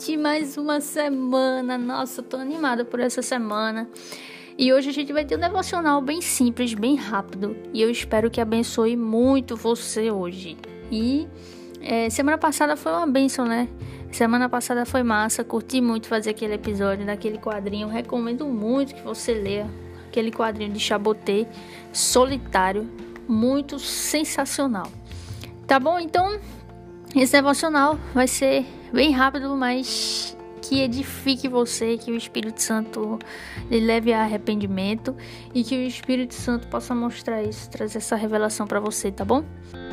gente, mais uma semana. Nossa, eu tô animada por essa semana. E hoje a gente vai ter um devocional bem simples, bem rápido. E eu espero que abençoe muito você hoje. E semana passada foi uma bênção, né? Semana passada foi massa, curti muito fazer aquele episódio daquele quadrinho. Recomendo muito que você leia aquele quadrinho de Chaboté, solitário, muito sensacional. Tá bom? Então, esse devocional vai ser bem rápido, mas que edifique você, que o Espírito Santo lhe leve a arrependimento e que o Espírito Santo possa mostrar isso, trazer essa revelação para você, tá bom?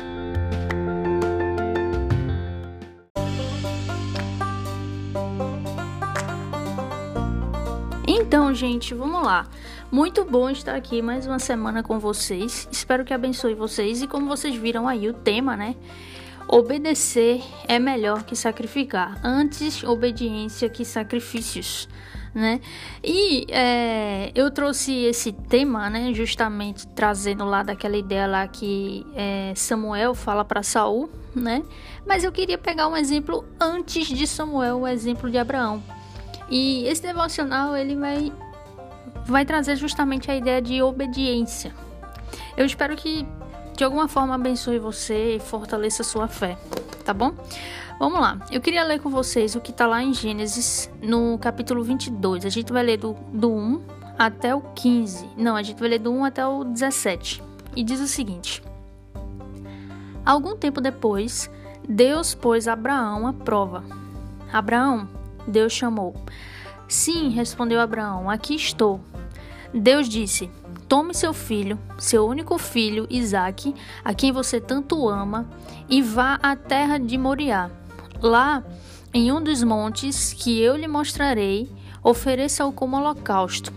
Então, gente, vamos lá. Muito bom estar aqui mais uma semana com vocês. Espero que abençoe vocês. E como vocês viram aí o tema, né? Obedecer é melhor que sacrificar. Antes obediência que sacrifícios, né? E eu trouxe esse tema, né? Justamente trazendo lá daquela ideia lá que Samuel fala para Saul, né? Mas eu queria pegar um exemplo antes de Samuel, o exemplo de Abraão. E esse devocional, ele vai trazer justamente a ideia de obediência. Eu espero que de alguma forma abençoe você e fortaleça a sua fé, tá bom? Vamos lá, eu queria ler com vocês o que está lá em Gênesis, no capítulo 22. A gente vai ler do 1 até o 15. Não, a gente vai ler do 1 até o 17. E diz o seguinte: Algum tempo depois, Deus pôs Abraão à prova. Abraão, Deus chamou. Sim, respondeu Abraão, aqui estou. Deus disse: Tome seu filho, seu único filho, Isaque, a quem você tanto ama, e vá à terra de Moriá. Lá, em um dos montes que eu lhe mostrarei, ofereça-o como holocausto.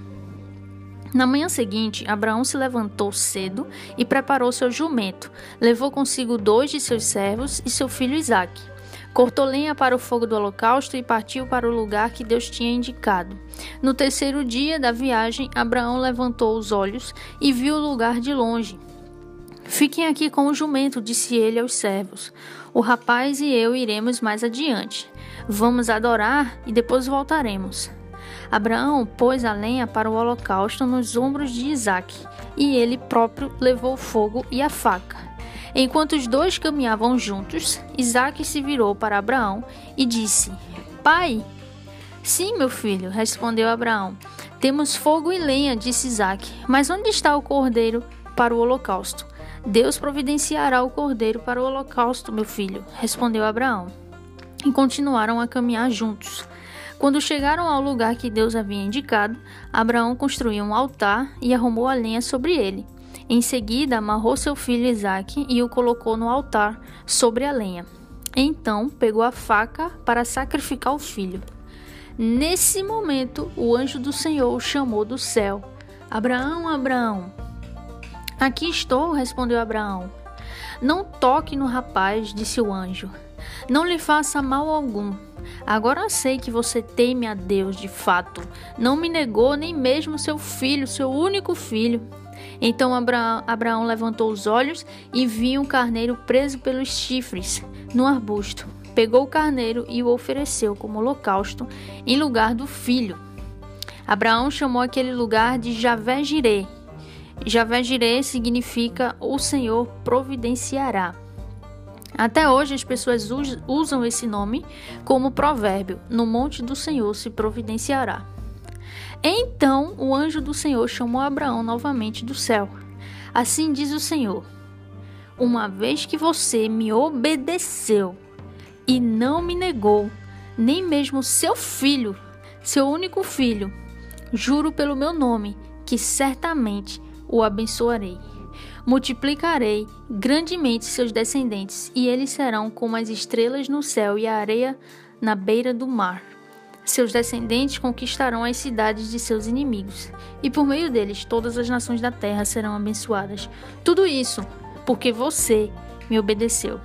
Na manhã seguinte, Abraão se levantou cedo e preparou seu jumento. Levou consigo 2 de seus servos e seu filho Isaque. Cortou lenha para o fogo do holocausto e partiu para o lugar que Deus tinha indicado. No terceiro dia da viagem, Abraão levantou os olhos e viu o lugar de longe. Fiquem aqui com o jumento, disse ele aos servos. O rapaz e eu iremos mais adiante. Vamos adorar e depois voltaremos. Abraão pôs a lenha para o holocausto nos ombros de Isaque, e ele próprio levou o fogo e a faca. Enquanto os dois caminhavam juntos, Isaque se virou para Abraão e disse: Pai? Sim, meu filho, respondeu Abraão. Temos fogo e lenha, disse Isaque, mas onde está o cordeiro para o holocausto? Deus providenciará o cordeiro para o holocausto, meu filho, respondeu Abraão. E continuaram a caminhar juntos. Quando chegaram ao lugar que Deus havia indicado, Abraão construiu um altar e arrumou a lenha sobre ele. Em seguida, amarrou seu filho Isaque e o colocou no altar, sobre a lenha. Então, pegou a faca para sacrificar o filho. Nesse momento, o anjo do Senhor o chamou do céu. Abraão, Abraão. Aqui estou, respondeu Abraão. Não toque no rapaz, disse o anjo. Não lhe faça mal algum. Agora sei que você teme a Deus de fato. Não me negou nem mesmo seu filho, seu único filho. Então Abraão levantou os olhos e viu um carneiro preso pelos chifres no arbusto. Pegou o carneiro e o ofereceu como holocausto em lugar do filho. Abraão chamou aquele lugar de Javé-Jirê. Javé-Jirê significa o Senhor providenciará. Até hoje as pessoas usam esse nome como provérbio: no monte do Senhor se providenciará. Então o anjo do Senhor chamou Abraão novamente do céu. Assim diz o Senhor: uma vez que você me obedeceu e não me negou, nem mesmo seu filho, seu único filho, juro pelo meu nome que certamente o abençoarei. Multiplicarei grandemente seus descendentes, e eles serão como as estrelas no céu e a areia na beira do mar. Seus descendentes conquistarão as cidades de seus inimigos, e por meio deles todas as nações da terra serão abençoadas. Tudo isso porque você me obedeceu.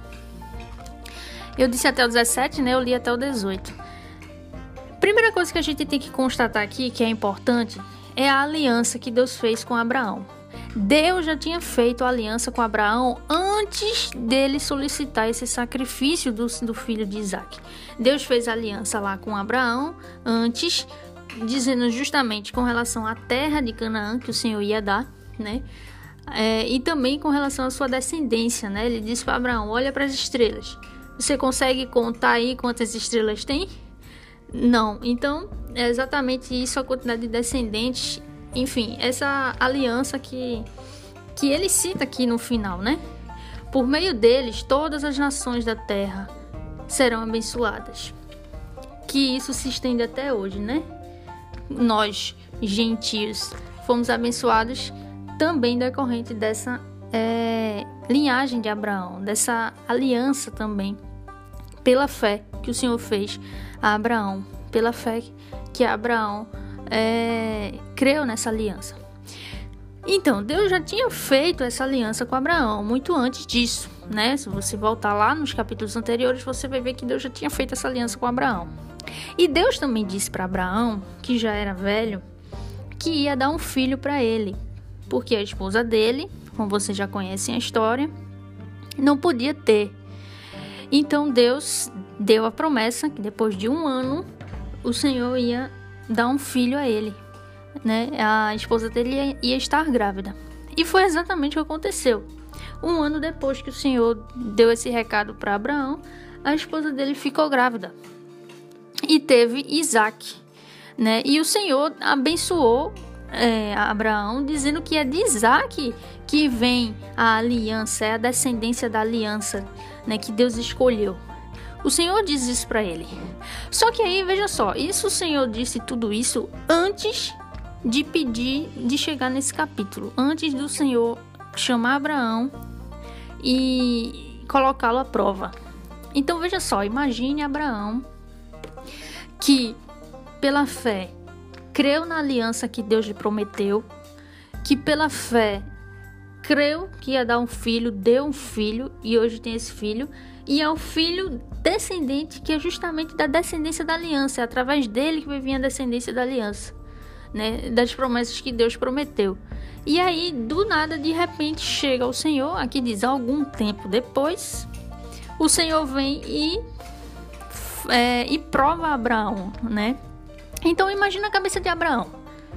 Eu disse até o 17, né? Eu li até o 18. Primeira coisa que a gente tem que constatar aqui, que é importante, é a aliança que Deus fez com Abraão. Deus já tinha feito aliança com Abraão antes dele solicitar esse sacrifício do filho de Isaac. Deus fez aliança lá com Abraão antes, dizendo justamente com relação à terra de Canaã que o Senhor ia dar, né? E também com relação à sua descendência, né? Ele disse para Abraão: olha para as estrelas. Você consegue contar aí quantas estrelas tem? Não. Então, é exatamente isso, a quantidade de descendentes. Enfim, essa aliança que ele cita aqui no final, né? Por meio deles, todas as nações da terra serão abençoadas. Que isso se estende até hoje, né? Nós, gentios, fomos abençoados também decorrente dessa linhagem de Abraão, dessa aliança também, pela fé que o Senhor fez a Abraão, pela fé que Abraão creu nessa aliança. Então, Deus já tinha feito essa aliança com Abraão muito antes disso, né? Se você voltar lá nos capítulos anteriores, você vai ver que Deus já tinha feito essa aliança com Abraão. E Deus também disse para Abraão, que já era velho, que ia dar um filho para ele, porque a esposa dele, como vocês já conhecem a história, não podia ter. Então Deus deu a promessa que depois de 1 ano o Senhor ia dar um filho a ele, né? A esposa dele ia estar grávida. E foi exatamente o que aconteceu. 1 ano depois que o Senhor deu esse recado para Abraão, a esposa dele ficou grávida e teve Isaac, né? E o Senhor abençoou Abraão, dizendo que é de Isaac que vem a aliança, é a descendência da aliança, né, que Deus escolheu. O Senhor diz isso para ele. Só que aí, veja só, o Senhor disse tudo isso antes de pedir, de chegar nesse capítulo, antes do Senhor chamar Abraão e colocá-lo à prova. Então veja só, imagine Abraão que pela fé creu na aliança que Deus lhe prometeu, que pela fé creu que ia dar um filho, deu um filho e hoje tem esse filho, e é o filho descendente que é justamente da descendência da aliança, é através dele que vai vir a descendência da aliança, né, das promessas que Deus prometeu. E aí, do nada, de repente, chega o Senhor, aqui diz, algum tempo depois, o Senhor vem e prova Abraão, né? Então imagina a cabeça de Abraão.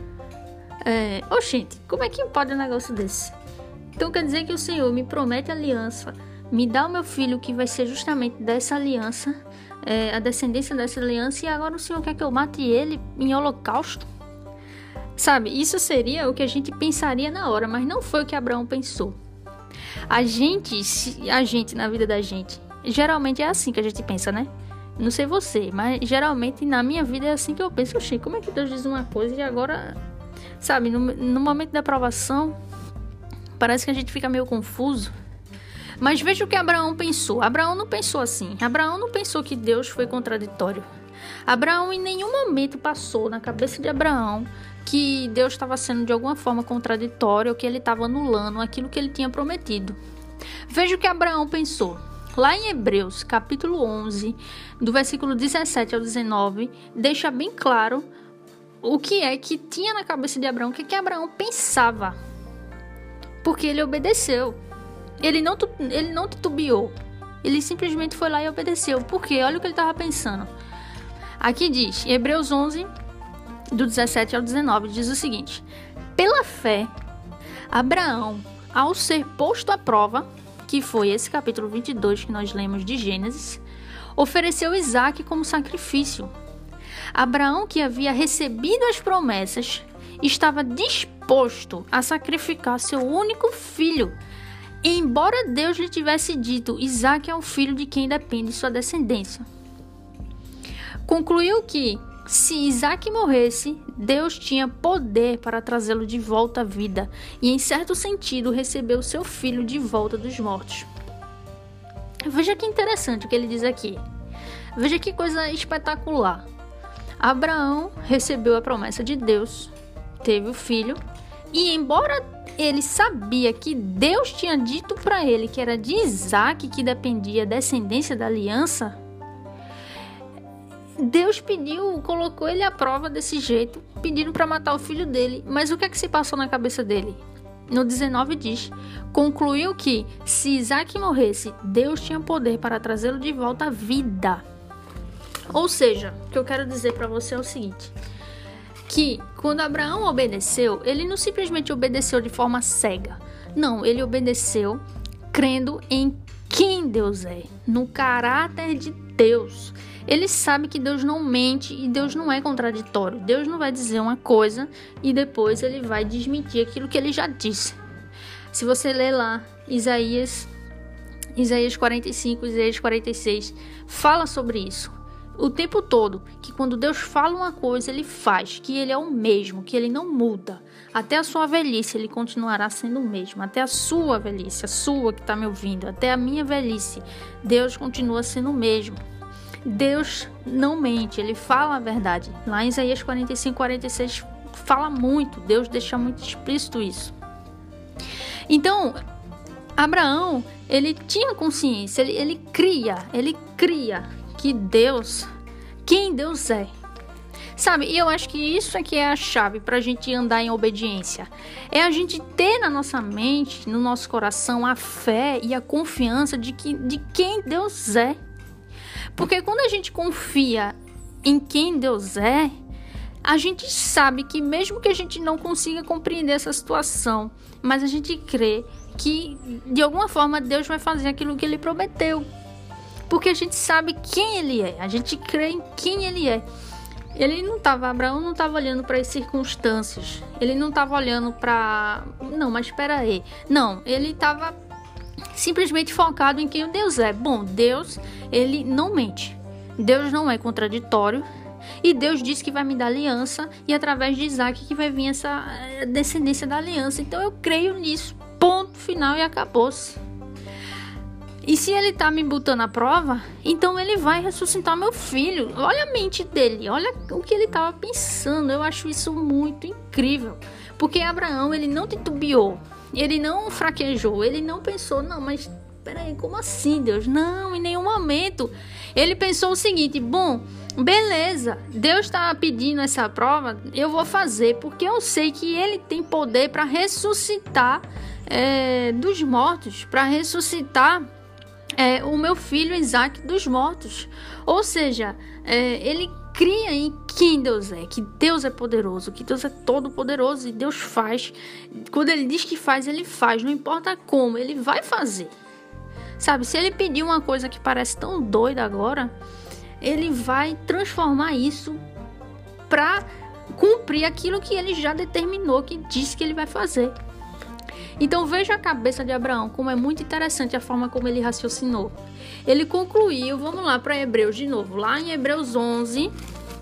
Gente, como é que pode um negócio desse? Então quer dizer que o Senhor me promete aliança, me dá o meu filho que vai ser justamente dessa aliança, a descendência dessa aliança, e agora o Senhor quer que eu mate ele em holocausto? Sabe, isso seria o que a gente pensaria na hora, mas não foi o que Abraão pensou. A gente na vida da gente, geralmente é assim que a gente pensa, né? Não sei você, mas geralmente na minha vida é assim que eu penso. Oxê, como é que Deus diz uma coisa e agora, sabe, no momento da aprovação, parece que a gente fica meio confuso. Mas veja o que Abraão pensou. Abraão não pensou assim. Abraão não pensou que Deus foi contraditório. Abraão em nenhum momento passou na cabeça de Abraão que Deus estava sendo de alguma forma contraditório ou que ele estava anulando aquilo que ele tinha prometido. Veja o que Abraão pensou. Lá em Hebreus, capítulo 11, do versículo 17 ao 19, deixa bem claro o que é que tinha na cabeça de Abraão, o que Abraão pensava. Porque ele obedeceu. Ele não titubeou. Ele simplesmente foi lá e obedeceu. Porque olha o que ele estava pensando. Aqui diz, Hebreus 11, do 17 ao 19, diz o seguinte: pela fé, Abraão, ao ser posto à prova, que foi esse capítulo 22 que nós lemos de Gênesis, ofereceu Isaac como sacrifício. Abraão, que havia recebido as promessas, estava disposto a sacrificar seu único filho, embora Deus lhe tivesse dito: Isaac é o filho de quem depende sua descendência. Concluiu que, se Isaac morresse, Deus tinha poder para trazê-lo de volta à vida e, em certo sentido, recebeu seu filho de volta dos mortos. Veja que interessante o que ele diz aqui. Veja que coisa espetacular. Abraão recebeu a promessa de Deus, teve o filho, e embora ele sabia que Deus tinha dito para ele que era de Isaac que dependia a descendência da aliança, Deus colocou ele à prova desse jeito, pedindo para matar o filho dele. Mas o que é que se passou na cabeça dele? no 19 diz: concluiu que, se Isaac morresse, Deus tinha poder para trazê-lo de volta à vida. Ou seja, o que eu quero dizer para você é o seguinte, que quando Abraão obedeceu, ele não simplesmente obedeceu de forma cega. Não, ele obedeceu crendo em quem Deus é, no caráter de Deus. Ele sabe que Deus não mente e Deus não é contraditório. Deus não vai dizer uma coisa e depois ele vai desmentir aquilo que ele já disse. Se você ler lá Isaías 45, Isaías 46, fala sobre isso o tempo todo, que quando Deus fala uma coisa, ele faz, que ele é o mesmo, que ele não muda. Até a sua velhice, ele continuará sendo o mesmo. Até a sua velhice, a sua que está me ouvindo, até a minha velhice, Deus continua sendo o mesmo. Deus não mente, ele fala a verdade. Lá em Isaías 45, 46, fala muito, Deus deixa muito explícito isso. Então, Abraão, ele tinha consciência, ele cria que Deus, quem Deus é. Sabe, e eu acho que isso aqui é a chave para a gente andar em obediência. É a gente ter na nossa mente, no nosso coração, a fé e a confiança de quem Deus é. Porque quando a gente confia em quem Deus é, a gente sabe que mesmo que a gente não consiga compreender essa situação, mas a gente crê que de alguma forma Deus vai fazer aquilo que ele prometeu. Porque a gente sabe quem ele é, a gente crê em quem ele é. Abraão não estava olhando para as circunstâncias, ele não estava olhando para... Não, mas espera aí. Não, ele estava simplesmente focado em quem Deus é. Bom, Deus, ele não mente. Deus não é contraditório. E Deus disse que vai me dar aliança e através de Isaac que vai vir essa descendência da aliança. Então eu creio nisso. Ponto final e acabou-se. E se ele tá me botando à prova, então ele vai ressuscitar meu filho. Olha a mente dele, olha o que ele estava pensando. Eu acho isso muito incrível. Porque Abraão, ele não titubeou, ele não fraquejou, ele não pensou, não, mas peraí, como assim, Deus? Não, em nenhum momento. Ele pensou o seguinte, bom, beleza, Deus está pedindo essa prova, eu vou fazer, porque eu sei que ele tem poder para ressuscitar dos mortos, para ressuscitar o meu filho Isaac dos mortos. Ou seja, ele cria em quem Deus é, que Deus é poderoso, que Deus é todo poderoso e Deus faz. Quando ele diz que faz, ele faz, não importa como, ele vai fazer. Sabe, se ele pedir uma coisa que parece tão doida agora, ele vai transformar isso para cumprir aquilo que ele já determinou, que disse que ele vai fazer. Então veja a cabeça de Abraão, como é muito interessante a forma como ele raciocinou. Ele concluiu, vamos lá para Hebreus de novo, lá em Hebreus 11,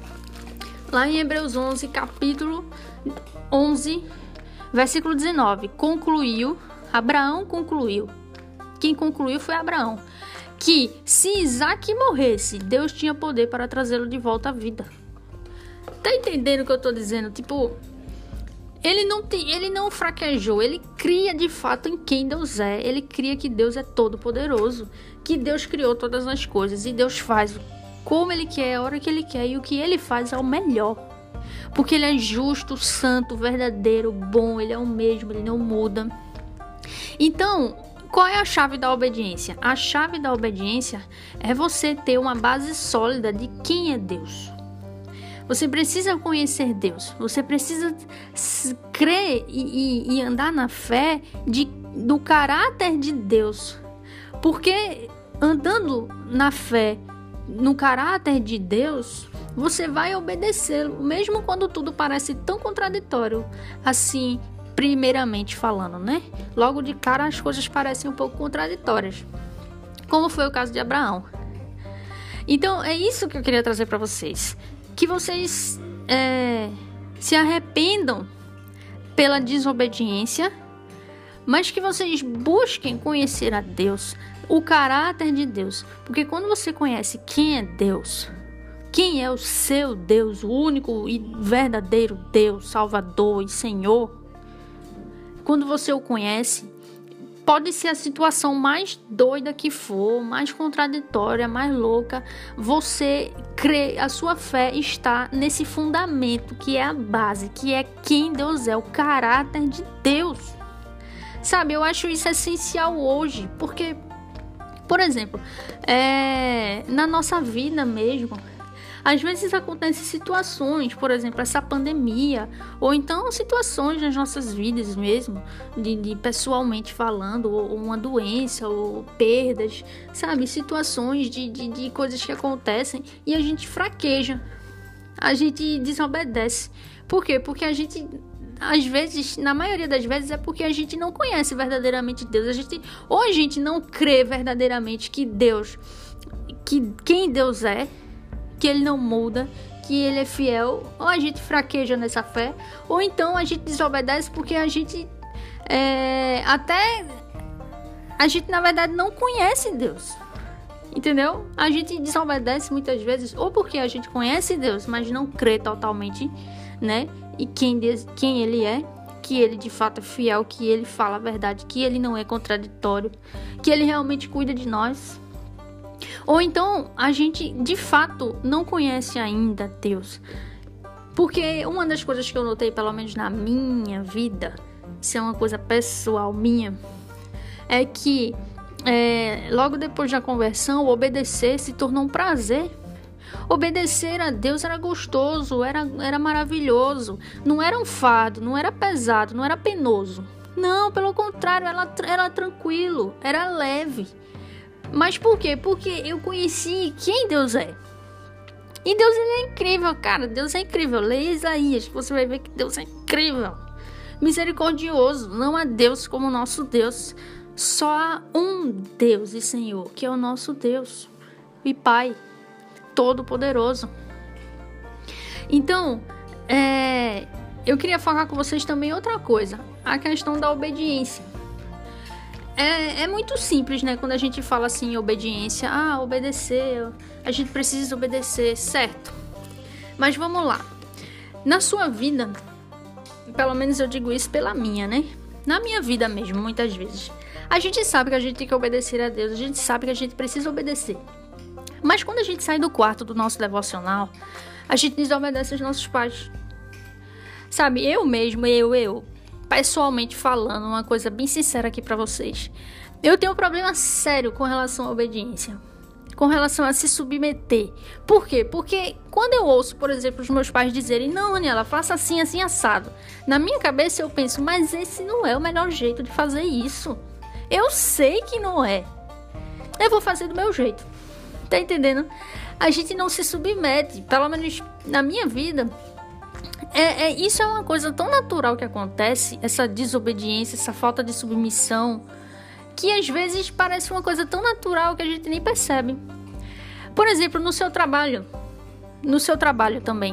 capítulo 11, versículo 19, Abraão concluiu, quem concluiu foi Abraão, que se Isaac morresse, Deus tinha poder para trazê-lo de volta à vida. Tá entendendo o que eu tô dizendo? Tipo, ele não fraquejou, ele cria de fato em quem Deus é, ele cria que Deus é todo poderoso, que Deus criou todas as coisas e Deus faz como ele quer, a hora que ele quer, e o que ele faz é o melhor, porque ele é justo, santo, verdadeiro, bom, ele é o mesmo, ele não muda. Então, qual é a chave da obediência? A chave da obediência é você ter uma base sólida de quem é Deus. Você precisa conhecer Deus. Você precisa crer e andar na fé do caráter de Deus. Porque andando na fé, no caráter de Deus, você vai obedecê-lo, mesmo quando tudo parece tão contraditório, assim, primeiramente falando, né? Logo de cara as coisas parecem um pouco contraditórias, como foi o caso de Abraão. Então é isso que eu queria trazer para vocês, que vocês se arrependam pela desobediência, mas que vocês busquem conhecer a Deus, o caráter de Deus, porque quando você conhece quem é Deus, quem é o seu Deus, o único e verdadeiro Deus, Salvador e Senhor, quando você o conhece, pode ser a situação mais doida que for, mais contraditória, mais louca, você crê, a sua fé está nesse fundamento que é a base, que é quem Deus é, o caráter de Deus. Sabe, eu acho isso essencial hoje, porque, por exemplo, na nossa vida mesmo, às vezes acontecem situações, por exemplo, essa pandemia, ou então situações nas nossas vidas mesmo, de pessoalmente falando, ou uma doença, ou perdas, sabe? Situações de coisas que acontecem e a gente fraqueja, a gente desobedece. Por quê? Porque a gente, às vezes, na maioria das vezes, é porque a gente não conhece verdadeiramente Deus. Ou a gente não crê verdadeiramente que quem Deus é, que Ele não muda, que Ele é fiel, ou a gente fraqueja nessa fé, ou então a gente desobedece porque a gente na verdade não conhece Deus, entendeu? A gente desobedece muitas vezes, ou porque a gente conhece Deus, mas não crê totalmente, né? E quem Ele é, que Ele de fato é fiel, que Ele fala a verdade, que Ele não é contraditório, que Ele realmente cuida de nós. Ou então a gente de fato não conhece ainda Deus. Porque uma das coisas que eu notei, pelo menos na minha vida, isso é uma coisa pessoal minha, é que logo depois da conversão, obedecer se tornou um prazer. Obedecer a Deus era gostoso, era maravilhoso. Não era um fardo, não era pesado, não era penoso. Não, pelo contrário, era tranquilo, era leve. Mas por quê? Porque eu conheci quem Deus é. E Deus, Ele é incrível, cara. Deus é incrível. Leia Isaías, que você vai ver que Deus é incrível. Misericordioso. Não há Deus como o nosso Deus. Só há um Deus e Senhor, que é o nosso Deus e Pai Todo-Poderoso. Então, eu queria falar com vocês também outra coisa. A questão da obediência. É muito simples, né? Quando a gente fala assim, obediência. Obedecer. A gente precisa obedecer, certo? Mas vamos lá. Na sua vida, pelo menos eu digo isso pela minha, né? Na minha vida mesmo, muitas vezes. A gente sabe que a gente tem que obedecer a Deus. A gente sabe que a gente precisa obedecer. Mas quando a gente sai do quarto do nosso devocional, a gente desobedece aos nossos pais. Sabe, eu mesmo, pessoalmente falando, uma coisa bem sincera aqui pra vocês. Eu tenho um problema sério com relação à obediência. Com relação a se submeter. Por quê? Porque quando eu ouço, por exemplo, os meus pais dizerem: não, Daniela, faça assim, assim, assado. Na minha cabeça eu penso: mas esse não é o melhor jeito de fazer isso. Eu sei que não é. Eu vou fazer do meu jeito. Tá entendendo? A gente não se submete. Pelo menos na minha vida... Isso é uma coisa tão natural que acontece, essa desobediência, essa falta de submissão, que às vezes parece uma coisa tão natural que a gente nem percebe. Por exemplo, no seu trabalho também.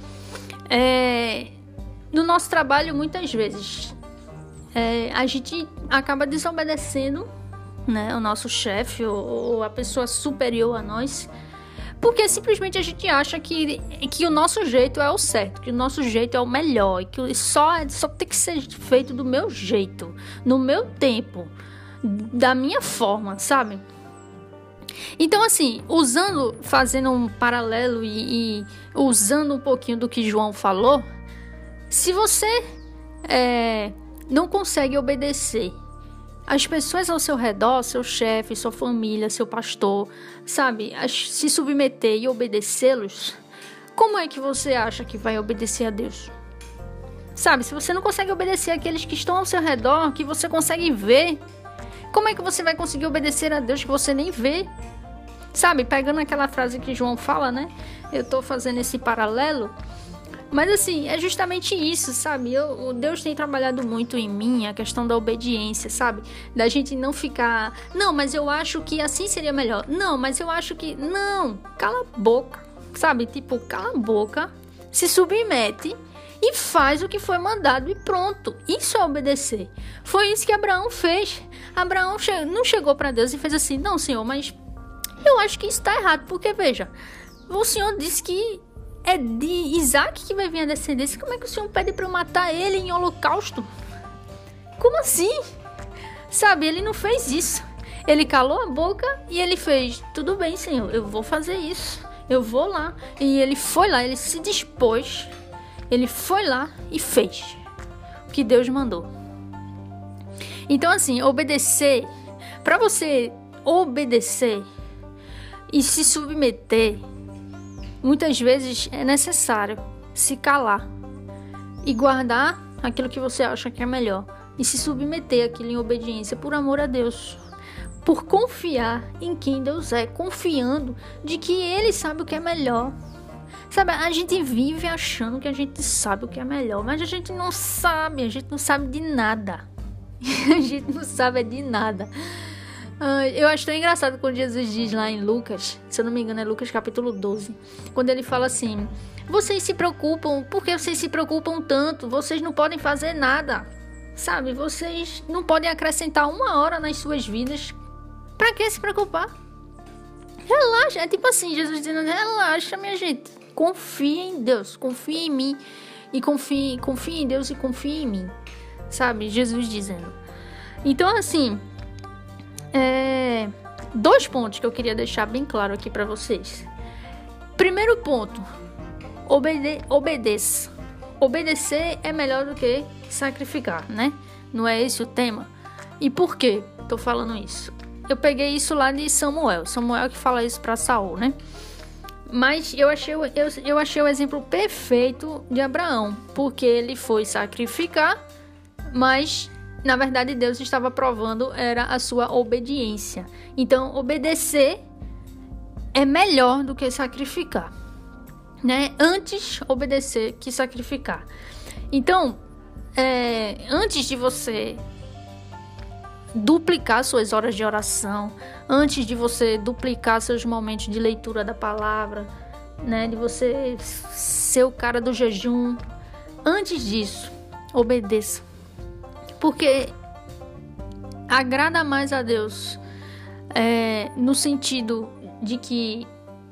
No nosso trabalho, muitas vezes, a gente acaba desobedecendo, né, o nosso chefe ou a pessoa superior a nós, porque simplesmente a gente acha que o nosso jeito é o certo, que o nosso jeito é o melhor, e que só tem que ser feito do meu jeito, no meu tempo, da minha forma, sabe? Então, assim, fazendo um paralelo e usando um pouquinho do que João falou, se você não consegue obedecer as pessoas ao seu redor, seu chefe, sua família, seu pastor, sabe, se submeter e obedecê-los, como é que você acha que vai obedecer a Deus? Sabe, se você não consegue obedecer aqueles que estão ao seu redor, que você consegue ver, como é que você vai conseguir obedecer a Deus que você nem vê? Sabe, pegando aquela frase que João fala, né? Eu tô fazendo esse paralelo. Mas assim, é justamente isso, sabe? O Deus tem trabalhado muito em mim a questão da obediência, sabe? Da gente não ficar... Não, mas eu acho que assim seria melhor. Não, mas eu acho que... Não, cala a boca, sabe? Tipo, cala a boca, se submete e faz o que foi mandado e pronto. Isso é obedecer. Foi isso que Abraão fez. Abraão não chegou para Deus e fez assim: não, Senhor, mas eu acho que isso está errado. Porque, veja, o Senhor disse que é de Isaac que vai vir a descendência. Como é que o Senhor pede para eu matar ele em holocausto? Como assim? Sabe, ele não fez isso. Ele calou a boca e ele fez: tudo bem, Senhor, eu vou fazer isso. Eu vou lá. E ele foi lá, ele se dispôs. Ele foi lá e fez o que Deus mandou. Então, assim, obedecer, para você obedecer e se submeter, muitas vezes é necessário se calar e guardar aquilo que você acha que é melhor e se submeter àquilo em obediência por amor a Deus, por confiar em quem Deus é, confiando de que Ele sabe o que é melhor. Sabe, a gente vive achando que a gente sabe o que é melhor, mas a gente não sabe de nada. A gente não sabe de nada. Eu acho tão engraçado quando Jesus diz lá em Lucas, se eu não me engano é Lucas capítulo 12, quando ele fala assim: vocês se preocupam, por que vocês se preocupam tanto? Vocês não podem fazer nada, sabe? Vocês não podem acrescentar 1 hora nas suas vidas. Pra que se preocupar? Relaxa, é tipo assim, Jesus dizendo: relaxa, minha gente, confia em Deus, confia em mim, e confia em Deus e confia em mim, sabe? Jesus dizendo. Então, assim, 2 pontos que eu queria deixar bem claro aqui pra vocês. Primeiro ponto, obedeça. Obedecer é melhor do que sacrificar, né? Não é esse o tema? E por que tô falando isso? Eu peguei isso lá de Samuel que fala isso pra Saul, né? Mas eu achei o exemplo perfeito de Abraão, porque ele foi sacrificar, mas na verdade Deus estava provando era a sua obediência. Então, obedecer é melhor do que sacrificar, né? Antes obedecer que sacrificar. Então, antes de você duplicar suas horas de oração, antes de você duplicar seus momentos de leitura da palavra, né, de você ser o cara do jejum, antes disso, obedeça. Porque agrada mais a Deus, no sentido de que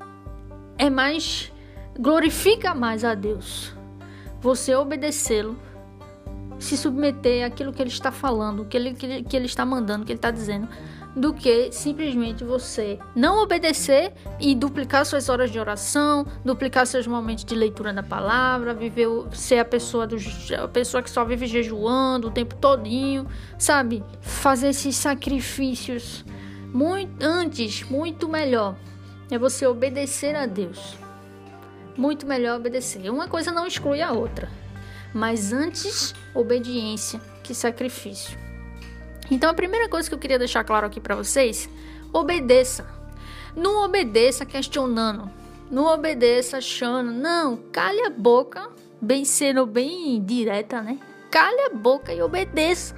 glorifica mais a Deus você obedecê-lo, se submeter àquilo que ele está falando, que ele está mandando, que ele está dizendo, do que simplesmente você não obedecer e duplicar suas horas de oração, duplicar seus momentos de leitura da palavra, ser a pessoa que só vive jejuando o tempo todinho, sabe? Fazer esses sacrifícios. Muito melhor é você obedecer a Deus. Muito melhor obedecer. Uma coisa não exclui a outra. Mas antes, obediência que sacrifício. Então, a primeira coisa que eu queria deixar claro aqui para vocês: obedeça. Não obedeça questionando. Não obedeça achando. Não, cale a boca, sendo bem direta, né? Cale a boca e obedeça.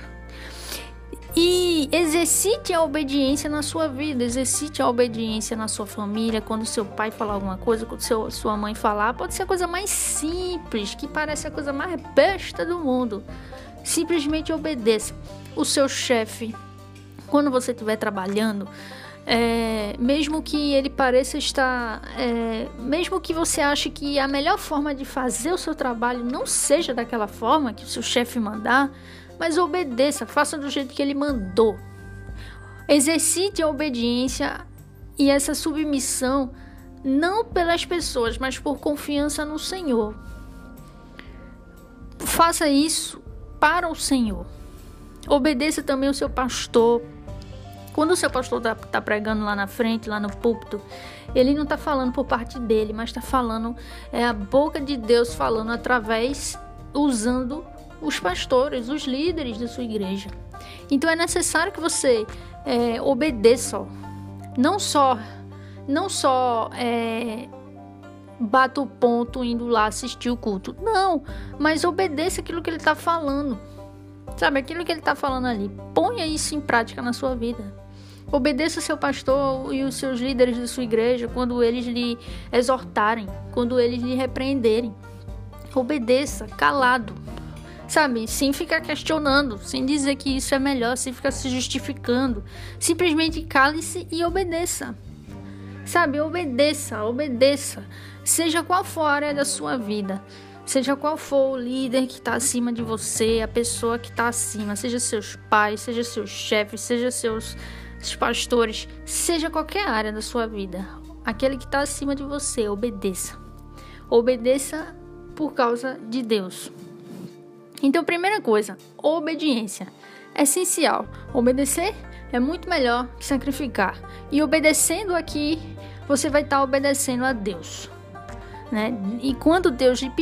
E exercite a obediência na sua vida, exercite a obediência na sua família. Quando seu pai falar alguma coisa, quando sua mãe falar, pode ser a coisa mais simples, que parece a coisa mais besta do mundo. Simplesmente obedeça. O seu chefe, quando você estiver trabalhando, mesmo que ele pareça estar... mesmo que você ache que a melhor forma de fazer o seu trabalho não seja daquela forma que o seu chefe mandar, mas obedeça, faça do jeito que ele mandou. Exercite a obediência e essa submissão, não pelas pessoas, mas por confiança no Senhor. Faça isso para o Senhor. Obedeça também o seu pastor. Quando o seu pastor está pregando lá na frente, lá no púlpito, ele não está falando por parte dele, mas está falando, a boca de Deus falando usando os pastores, os líderes da sua igreja. Então é necessário que você obedeça. Não só bata o ponto indo lá assistir o culto. Não, mas obedeça aquilo que ele está falando. Sabe, aquilo que ele está falando ali. Ponha isso em prática na sua vida. Obedeça o seu pastor e os seus líderes da sua igreja quando eles lhe exortarem, quando eles lhe repreenderem. Obedeça, calado. Sabe, sem ficar questionando, sem dizer que isso é melhor, sem ficar se justificando. Simplesmente cale-se e obedeça. Sabe, obedeça. Seja qual for a área da sua vida, seja qual for o líder que está acima de você, a pessoa que está acima, seja seus pais, seja seus chefes, seja seus pastores, seja qualquer área da sua vida, aquele que está acima de você, obedeça. Obedeça por causa de Deus. Então, primeira coisa, obediência. essencial. Obedecer é muito melhor que sacrificar. E obedecendo aqui, você vai estar obedecendo a Deus, né? E quando Deus lhe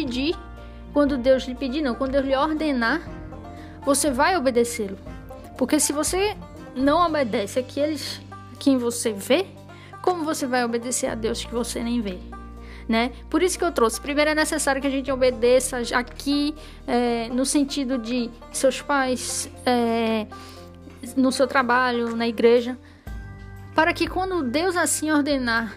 ordenar, você vai obedecê-lo. Porque se você não obedece aqueles quem você vê, como você vai obedecer a Deus que você nem vê, né? Por isso que eu trouxe. Primeiro é necessário que a gente obedeça aqui, no sentido de seus pais, no seu trabalho, na igreja, para que quando Deus assim ordenar,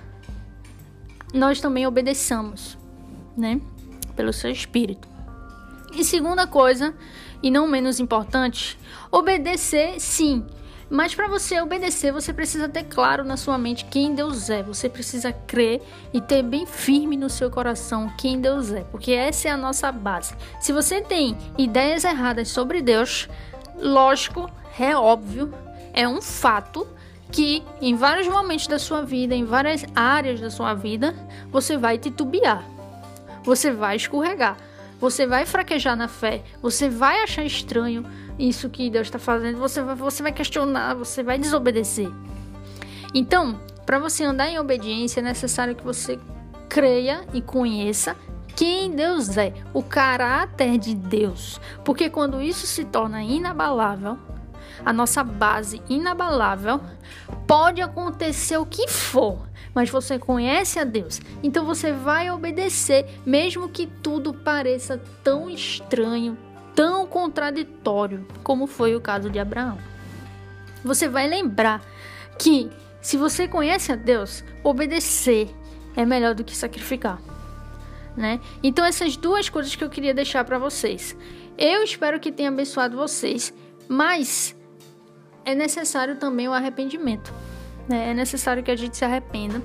nós também obedeçamos, né? Pelo seu Espírito. E segunda coisa, e não menos importante, obedecer sim. Mas para você obedecer, você precisa ter claro na sua mente quem Deus é. Você precisa crer e ter bem firme no seu coração quem Deus é. Porque essa é a nossa base. Se você tem ideias erradas sobre Deus, lógico, é óbvio, é um fato que em vários momentos da sua vida, em várias áreas da sua vida, você vai titubear. Você vai escorregar. Você vai fraquejar na fé. Você vai achar estranho isso que Deus está fazendo, você vai questionar, você vai desobedecer. Então, para você andar em obediência, é necessário que você creia e conheça quem Deus é, o caráter de Deus. Porque quando isso se torna inabalável, a nossa base inabalável, pode acontecer o que for, mas você conhece a Deus, então você vai obedecer, mesmo que tudo pareça tão estranho, tão contraditório, como foi o caso de Abraão. Você vai lembrar que, se você conhece a Deus, obedecer é melhor do que sacrificar, né? Então, essas duas coisas que eu queria deixar para vocês. Eu espero que tenha abençoado vocês, mas é necessário também o arrependimento, né? É necessário que a gente se arrependa,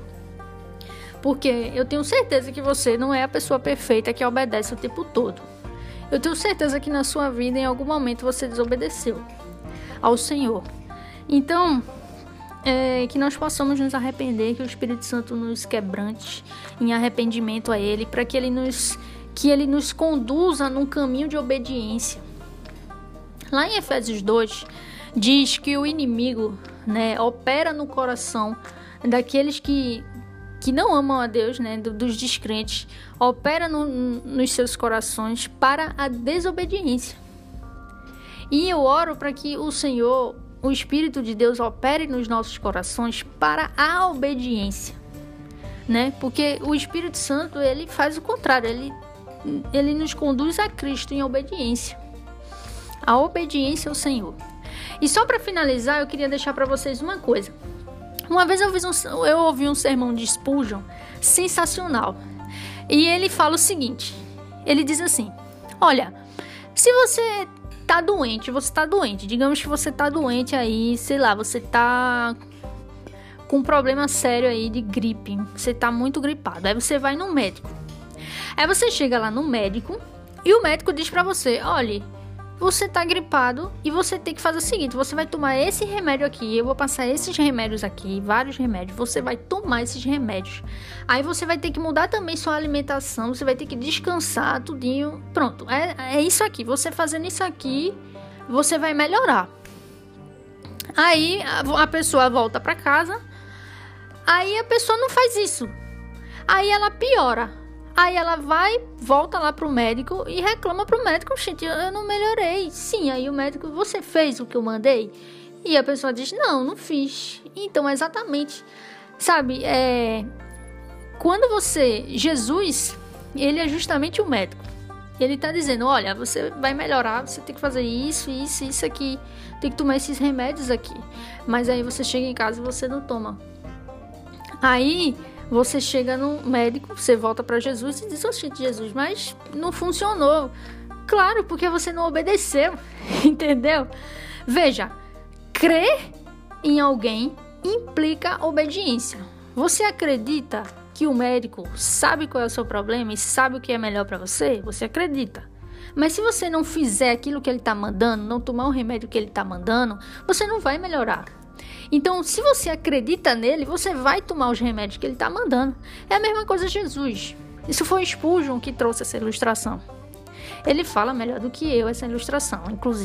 porque eu tenho certeza que você não é a pessoa perfeita que obedece o tempo todo. Eu tenho certeza que na sua vida, em algum momento, você desobedeceu ao Senhor. Então, que nós possamos nos arrepender, que o Espírito Santo nos quebrante em arrependimento a Ele, para que Ele nos conduza num caminho de obediência. Lá em Efésios 2, diz que o inimigo, né, opera no coração daqueles que não amam a Deus, né, dos descrentes, opera nos seus corações para a desobediência. E eu oro para que o Senhor, o Espírito de Deus, opere nos nossos corações para a obediência, né? Porque o Espírito Santo, ele faz o contrário, ele nos conduz a Cristo em obediência. A obediência ao Senhor. E só para finalizar, eu queria deixar para vocês uma coisa. Uma vez eu ouvi um sermão de Spurgeon sensacional. E ele fala o seguinte. Ele diz assim: olha, se você tá doente, digamos que você tá doente aí, sei lá, você tá com um problema sério aí de gripe, você tá muito gripado, aí você vai no médico. Aí você chega lá no médico e o médico diz pra você: olha, você tá gripado e você tem que fazer o seguinte, você vai tomar esse remédio aqui, eu vou passar esses remédios aqui, vários remédios, você vai tomar esses remédios. Aí você vai ter que mudar também sua alimentação, você vai ter que descansar tudinho. Pronto, é isso aqui, você fazendo isso aqui, você vai melhorar. Aí a pessoa volta pra casa, aí a pessoa não faz isso, aí ela piora. Aí ela volta lá pro médico e reclama pro médico: gente, eu não melhorei. Sim, aí o médico: você fez o que eu mandei? E a pessoa diz: não fiz. Então, exatamente, sabe, quando Jesus, ele é justamente o médico. Ele tá dizendo: olha, você vai melhorar, você tem que fazer isso aqui, tem que tomar esses remédios aqui. Mas aí você chega em casa e você não toma. Aí você chega no médico, você volta para Jesus e diz: oxe, Jesus, mas não funcionou. Claro, porque você não obedeceu, entendeu? Veja, crer em alguém implica obediência. Você acredita que o médico sabe qual é o seu problema e sabe o que é melhor para você? Você acredita. Mas se você não fizer aquilo que ele está mandando, não tomar o remédio que ele está mandando, você não vai melhorar. Então, se você acredita nele, você vai tomar os remédios que ele está mandando. É a mesma coisa Jesus. Isso foi Spurgeon que trouxe essa ilustração. Ele fala melhor do que eu essa ilustração, inclusive.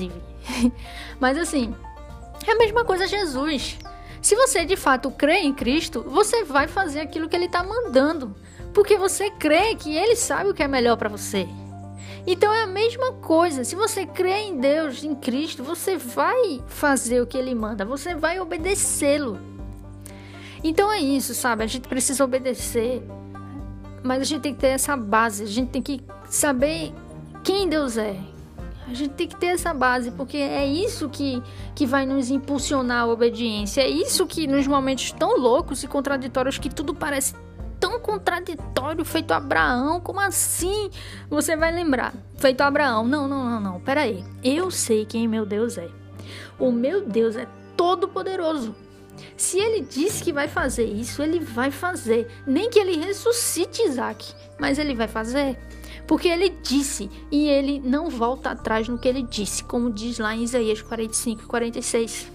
Mas assim, é a mesma coisa Jesus. Se você de fato crê em Cristo, você vai fazer aquilo que Ele está mandando, porque você crê que Ele sabe o que é melhor para você. Então é a mesma coisa. Se você crê em Deus, em Cristo, você vai fazer o que Ele manda, você vai obedecê-lo. Então é isso, sabe? A gente precisa obedecer, mas a gente tem que ter essa base, a gente tem que saber quem Deus é. A gente tem que ter essa base, porque é isso que vai nos impulsionar a obediência. É isso que nos momentos tão loucos e contraditórios que tudo parece tão contraditório, feito Abraão, como assim? Você vai lembrar, feito Abraão. Não, peraí. Eu sei quem meu Deus é. O meu Deus é todo poderoso. Se ele disse que vai fazer isso, ele vai fazer. Nem que ele ressuscite Isaac, mas ele vai fazer. Porque ele disse, e ele não volta atrás no que ele disse, como diz lá em Isaías 45 e 46.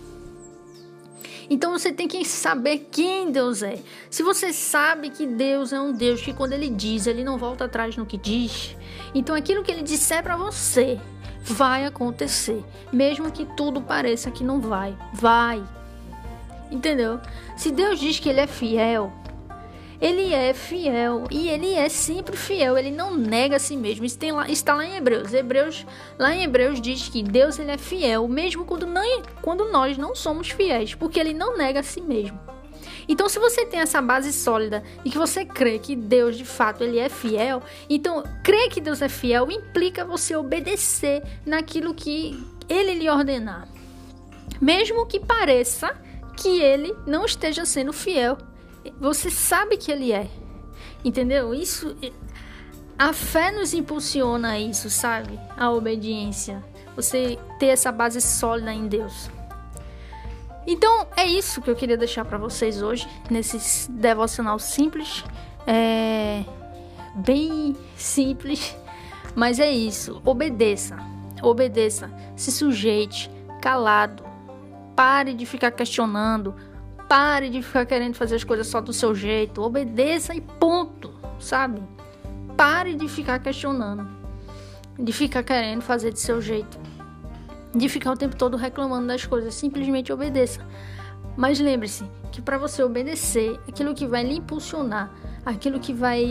Então você tem que saber quem Deus é. Se você sabe que Deus é um Deus que quando ele diz, ele não volta atrás no que diz, então aquilo que ele disser para você vai acontecer. Mesmo que tudo pareça que não vai. Vai. Entendeu? Se Deus diz que ele é fiel, ele é fiel e ele é sempre fiel, ele não nega a si mesmo. Isso está lá em Hebreus. Lá em Hebreus diz que Deus ele é fiel, mesmo quando nós não somos fiéis, porque ele não nega a si mesmo. Então, se você tem essa base sólida e que você crê que Deus, de fato, ele é fiel, então, crer que Deus é fiel implica você obedecer naquilo que ele lhe ordenar. Mesmo que pareça que ele não esteja sendo fiel, você sabe que ele é, entendeu? Isso, a fé nos impulsiona a isso, sabe? A obediência, você ter essa base sólida em Deus. Então, é isso que eu queria deixar para vocês hoje, nesse devocional simples, bem simples, mas é isso, obedeça, se sujeite, calado, pare de ficar questionando, pare de ficar querendo fazer as coisas só do seu jeito. Obedeça e ponto, sabe? Pare de ficar questionando, de ficar querendo fazer do seu jeito, de ficar o tempo todo reclamando das coisas. Simplesmente obedeça. Mas lembre-se que para você obedecer, aquilo que vai lhe impulsionar, aquilo que vai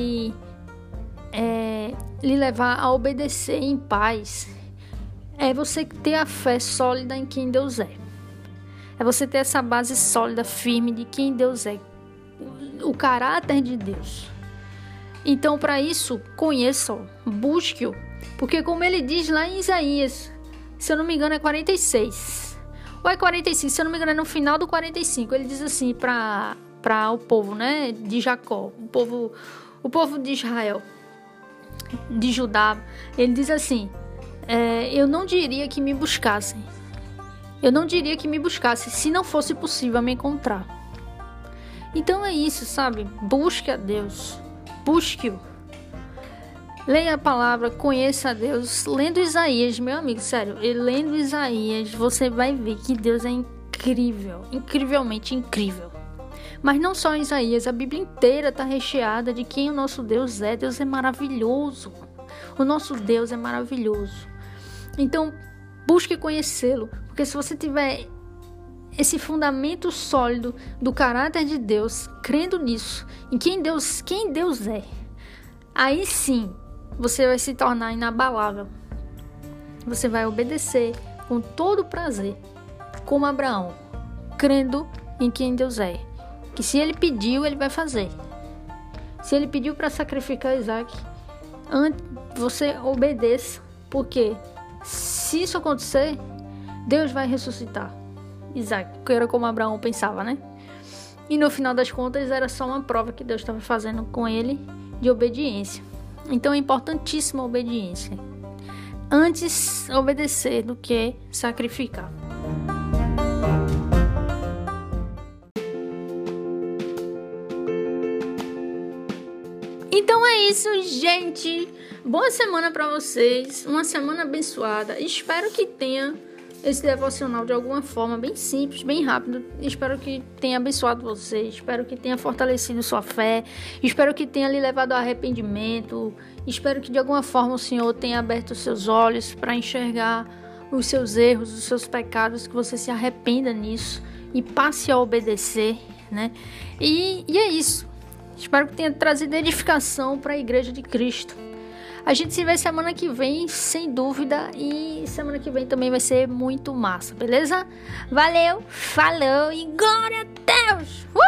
lhe levar a obedecer em paz, é você ter a fé sólida em quem Deus é. É você ter essa base sólida, firme de quem Deus é. O caráter de Deus. Então, para isso, conheça-o, busque-o. Porque como ele diz lá em Isaías, se eu não me engano é 46. Ou é 45, se eu não me engano é no final do 45. Ele diz assim para o povo, né, de Jacó, o povo de Israel, de Judá. Ele diz assim, eu não diria que me buscassem. Eu não diria que me buscasse se não fosse possível me encontrar. Então é isso, sabe? Busque a Deus. Busque-o. Leia a palavra, conheça a Deus. Lendo Isaías, meu amigo, sério. Lendo Isaías, você vai ver que Deus é incrível. Incrivelmente incrível. Mas não só em Isaías, a Bíblia inteira está recheada de quem o nosso Deus é. Deus é maravilhoso. O nosso Deus é maravilhoso. Então, busque conhecê-lo, porque se você tiver esse fundamento sólido do caráter de Deus, crendo nisso, em quem Deus é, aí sim você vai se tornar inabalável. Você vai obedecer com todo prazer, como Abraão, crendo em quem Deus é. Que se ele pediu, ele vai fazer. Se ele pediu para sacrificar Isaac, você obedeça, porque se isso acontecer, Deus vai ressuscitar Isaac, que era como Abraão pensava, né? E no final das contas era só uma prova que Deus estava fazendo com ele de obediência. Então é importantíssima a obediência. Antes obedecer do que sacrificar. Então é isso, gente. Boa semana para vocês. Uma semana abençoada. Espero que tenha esse devocional de alguma forma bem simples, bem rápido. Espero que tenha abençoado vocês. Espero que tenha fortalecido sua fé. Espero que tenha lhe levado ao arrependimento. Espero que de alguma forma o Senhor tenha aberto seus olhos para enxergar os seus erros, os seus pecados, que você se arrependa nisso e passe a obedecer, né? E é isso. Espero que tenha trazido edificação para a Igreja de Cristo. A gente se vê semana que vem, sem dúvida, e semana que vem também vai ser muito massa, beleza? Valeu, falou e glória a Deus!